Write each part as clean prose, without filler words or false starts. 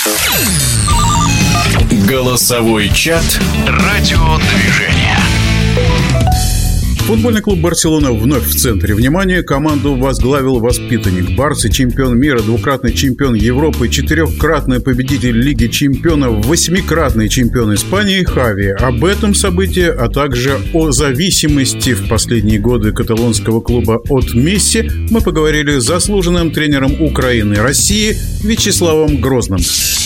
Голосовой чат радиодвижения. Футбольный клуб «Барселона» вновь в центре внимания. Команду возглавил воспитанник Барсы, чемпион мира, двукратный чемпион Европы, четырехкратный победитель Лиги чемпионов, восьмикратный чемпион Испании Хави. Об этом событии, а также о зависимости в последние годы каталонского клуба от Месси мы поговорили с заслуженным тренером Украины и России Вячеславом Грозным.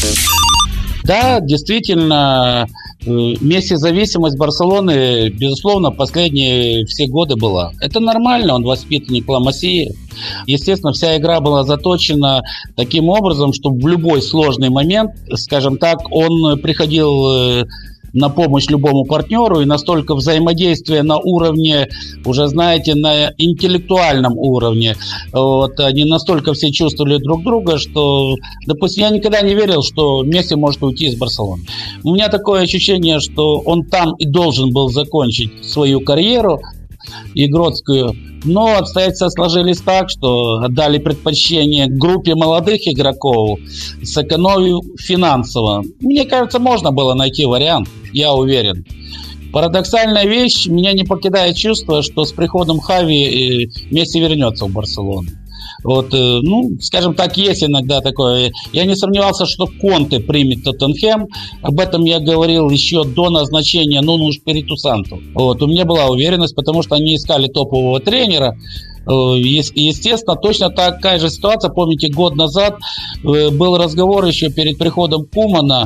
Да, действительно, Месси-зависимость Барселоны, безусловно, последние все годы была. Это нормально, он воспитанник Ла Масии. Естественно, вся игра была заточена таким образом, что в любой сложный момент, скажем так, он приходил на помощь любому партнеру, и настолько взаимодействие на уровне, уже знаете, на интеллектуальном уровне, вот, они настолько все чувствовали друг друга, что, допустим, я никогда не верил, что Месси может уйти из Барселоны. У меня такое ощущение, что он там и должен был закончить свою карьеру игротскую, но обстоятельства сложились так, что отдали предпочтение группе молодых игроков, сэкономив финансово. Мне кажется, можно было найти вариант, я уверен. Парадоксальная вещь, меня не покидает чувство, что с приходом Хави Месси вернется в Барселону. Вот, скажем так, есть иногда такое. Я не сомневался, что Конте примет Тоттенхэм. Об этом я говорил еще до назначения Нуну Эспириту Санту. Вот, у меня была уверенность, потому что они искали топового тренера. Естественно, точно такая же ситуация. Помните, год назад был разговор еще перед приходом Кумана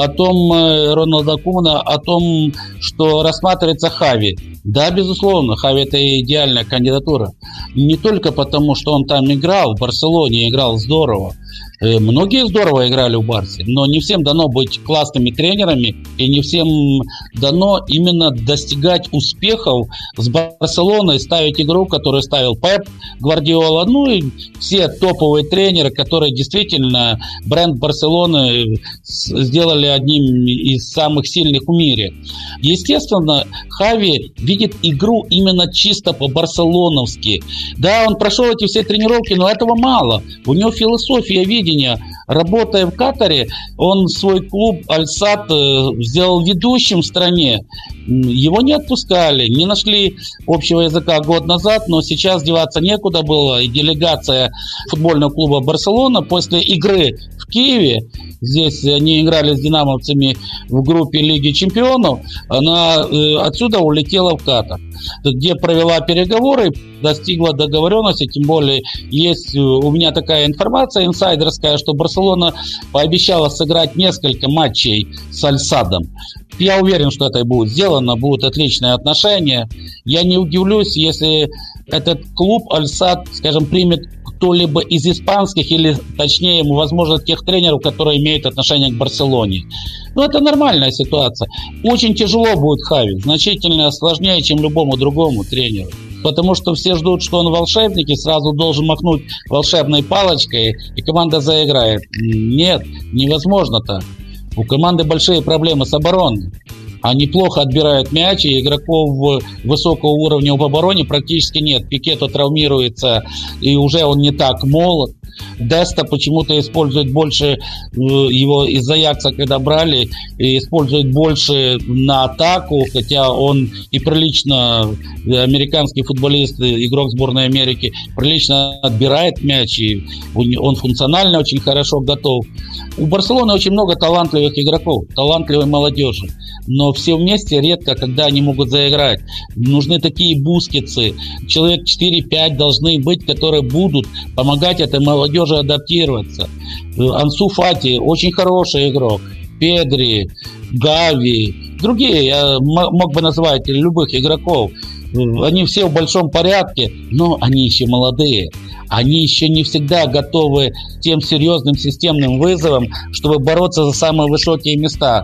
Рональда Кумана о том, что рассматривается Хави. Да, безусловно, Хави — это идеальная кандидатура. Не только потому, что он там играл, в Барселоне играл здорово. Многие здорово играли в Барсе, но не всем дано быть классными тренерами, и не всем дано именно достигать успехов с Барселоной, ставить игру, которую ставил Пеп Гвардиола, и все топовые тренеры, которые действительно бренд Барселоны сделали одним из самых сильных в мире. Естественно, Хави видит игру именно чисто по-барселоновски. Да, он прошел эти все тренировки, но этого мало. У него философия видения. Работая в Катаре, он свой клуб Аль-Сад сделал ведущим в стране. Его не отпускали, не нашли общего языка год назад, но сейчас деваться некуда было. И делегация футбольного клуба «Барселона» после игры в Киеве, здесь они играли с динамовцами в группе Лиги чемпионов, она отсюда улетела в Катар, где провела переговоры, достигла договоренности, тем более есть у меня такая информация инсайдерская, что Барселона пообещала сыграть несколько матчей с Аль-Садом. Я уверен, что это будет сделано, будут отличные отношения. Я не удивлюсь, если этот клуб Аль-Сад, скажем, примет кто-либо из испанских, или точнее, возможно, тех тренеров, которые имеют отношение к Барселоне. Это нормальная ситуация. Очень тяжело будет Хави, значительно сложнее, чем любому другому тренеру. Потому что все ждут, что он волшебник и сразу должен махнуть волшебной палочкой, и команда заиграет. Нет, невозможно так. У команды большие проблемы с обороной. Они плохо отбирают мяч, и игроков высокого уровня в обороне практически нет. Пикето травмируется, и уже он не так молод. Деста почему-то использует больше, его из Аякса, когда брали, использует больше на атаку, хотя он и прилично, американский футболист, игрок сборной Америки, прилично отбирает мяч, и он функционально очень хорошо готов. У Барселоны очень много талантливых игроков, талантливой молодежи, но все вместе редко, когда они могут заиграть. Нужны такие бускетсы, человек 4-5 должны быть, которые будут помогать этой молодежи адаптироваться. Ансу Фати очень хороший игрок, Педри, Гави, другие, я мог бы назвать любых игроков. Они все в большом порядке, но они еще молодые. Они еще не всегда готовы к тем серьезным системным вызовам, чтобы бороться за самые высокие места.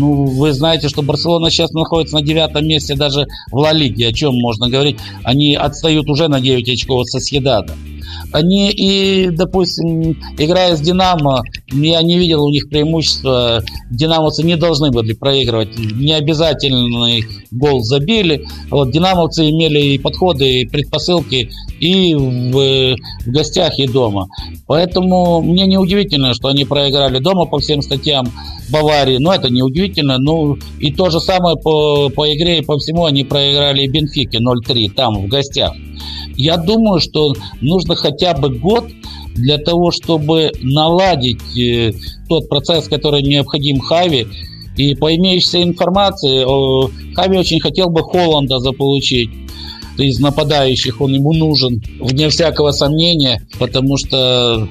Вы знаете, что Барселона сейчас находится на 9-м месте даже в Ла Лиге. О чем можно говорить? Они отстают уже на 9 очков от Сосьедада. Они и, допустим, играя с «Динамо», я не видел у них преимущества. Динамовцы не должны были проигрывать. Необязательный гол забили. Вот, динамовцы имели и подходы, и предпосылки и в гостях, и дома. Поэтому мне не удивительно, что они проиграли дома по всем статьям Баварии. Но это не удивительно. Ну, и то же самое по игре и по всему они проиграли и Бенфике 0-3 там, в гостях. Я думаю, что нужно хотя бы год для того, чтобы наладить тот процесс, который необходим Хави. И по имеющейся информации, Хави очень хотел бы Холланда заполучить из нападающих. Он ему нужен, вне всякого сомнения, потому что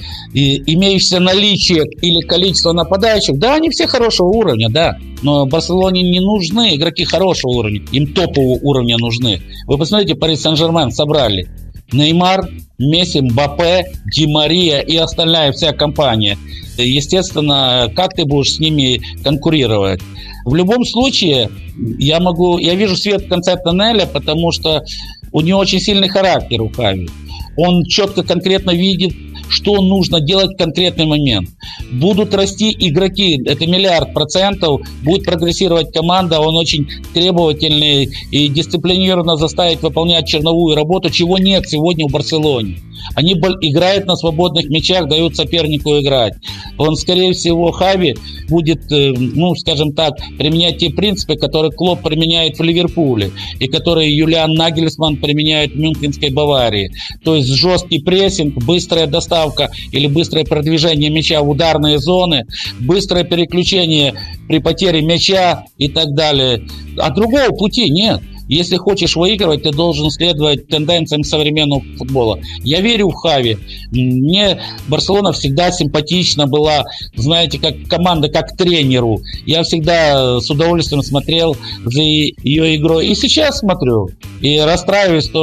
имеющееся наличие или количество нападающих, да, они все хорошего уровня, да, но Барселоне не нужны игроки хорошего уровня, им топового уровня нужны. Вы посмотрите, Пари Сен-Жермен собрали Неймар, Месси, Мбаппе, Ди Мария и остальная вся компания. Естественно, как ты будешь с ними конкурировать? В любом случае, я вижу свет в конце тоннеля, потому что у него очень сильный характер у Хави. Он четко, конкретно видит, что нужно делать в конкретный момент. Будут расти игроки, это 1,000,000%, будет прогрессировать команда, он очень требовательный и дисциплинированно заставит выполнять черновую работу, чего нет сегодня в Барселоне. Они играют на свободных мячах, дают сопернику играть. Он, скорее всего, Хави будет, скажем так, применять те принципы, которые Клопп применяет в Ливерпуле и которые Юлиан Нагельсманн применяет в Мюнхенской Баварии. То есть жесткий прессинг, быстрая доставка или быстрое продвижение мяча в ударные зоны, быстрое переключение при потере мяча и так далее. А другого пути нет. Если хочешь выигрывать, ты должен следовать тенденциям современного футбола. Я верю в Хави. Мне Барселона всегда симпатична была, знаете, как команда, как тренеру. Я всегда с удовольствием смотрел за ее игрой. И сейчас смотрю. И расстраиваюсь то,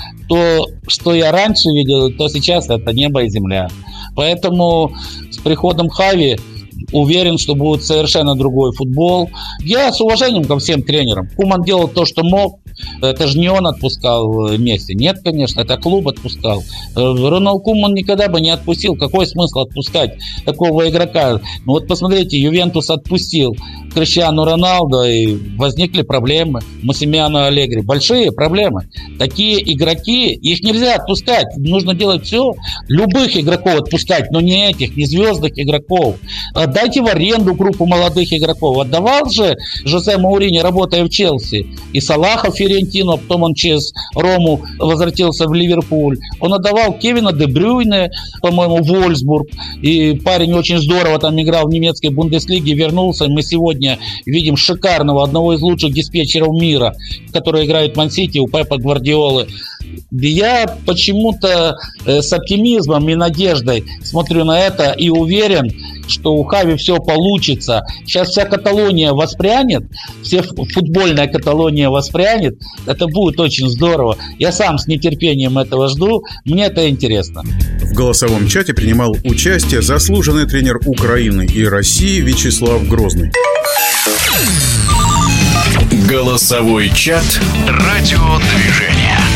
что я раньше видел, то сейчас это небо и земля. Поэтому с приходом Хави уверен, что будет совершенно другой футбол. Я с уважением ко всем тренерам. Куман делал то, что мог. Это же не он отпускал Месси. Нет, конечно, это клуб отпускал. Роналд Куман никогда бы не отпустил. Какой смысл отпускать такого игрока? Ну вот посмотрите, Ювентус отпустил Криштиану Роналдо, и возникли проблемы. Массимилиано Аллегри. Большие проблемы. Такие игроки, их нельзя отпускать. Нужно делать все. Любых игроков отпускать, но не этих, не звездных игроков. Отдайте в аренду группу молодых игроков. Отдавал же Жозе Мауриньо, работая в Челси, и Салаха Фиорентину, а потом он через Рому возвратился в Ливерпуль. Он отдавал Кевина Де Брюйне, по-моему, в Вольфсбург. И парень очень здорово там играл в немецкой Бундеслиге, вернулся. Мы сегодня видим шикарного, одного из лучших диспетчеров мира, который играет в Ман-Сити, у Пепа Гвардиолы. Я почему-то с оптимизмом и надеждой смотрю на это и уверен, что у Хави все получится. Сейчас вся Каталония воспрянет, вся футбольная Каталония воспрянет. Это будет очень здорово. Я сам с нетерпением этого жду. Мне это интересно. В голосовом чате принимал участие заслуженный тренер Украины и России Вячеслав Грозный. Голосовой чат «Радиодвижения».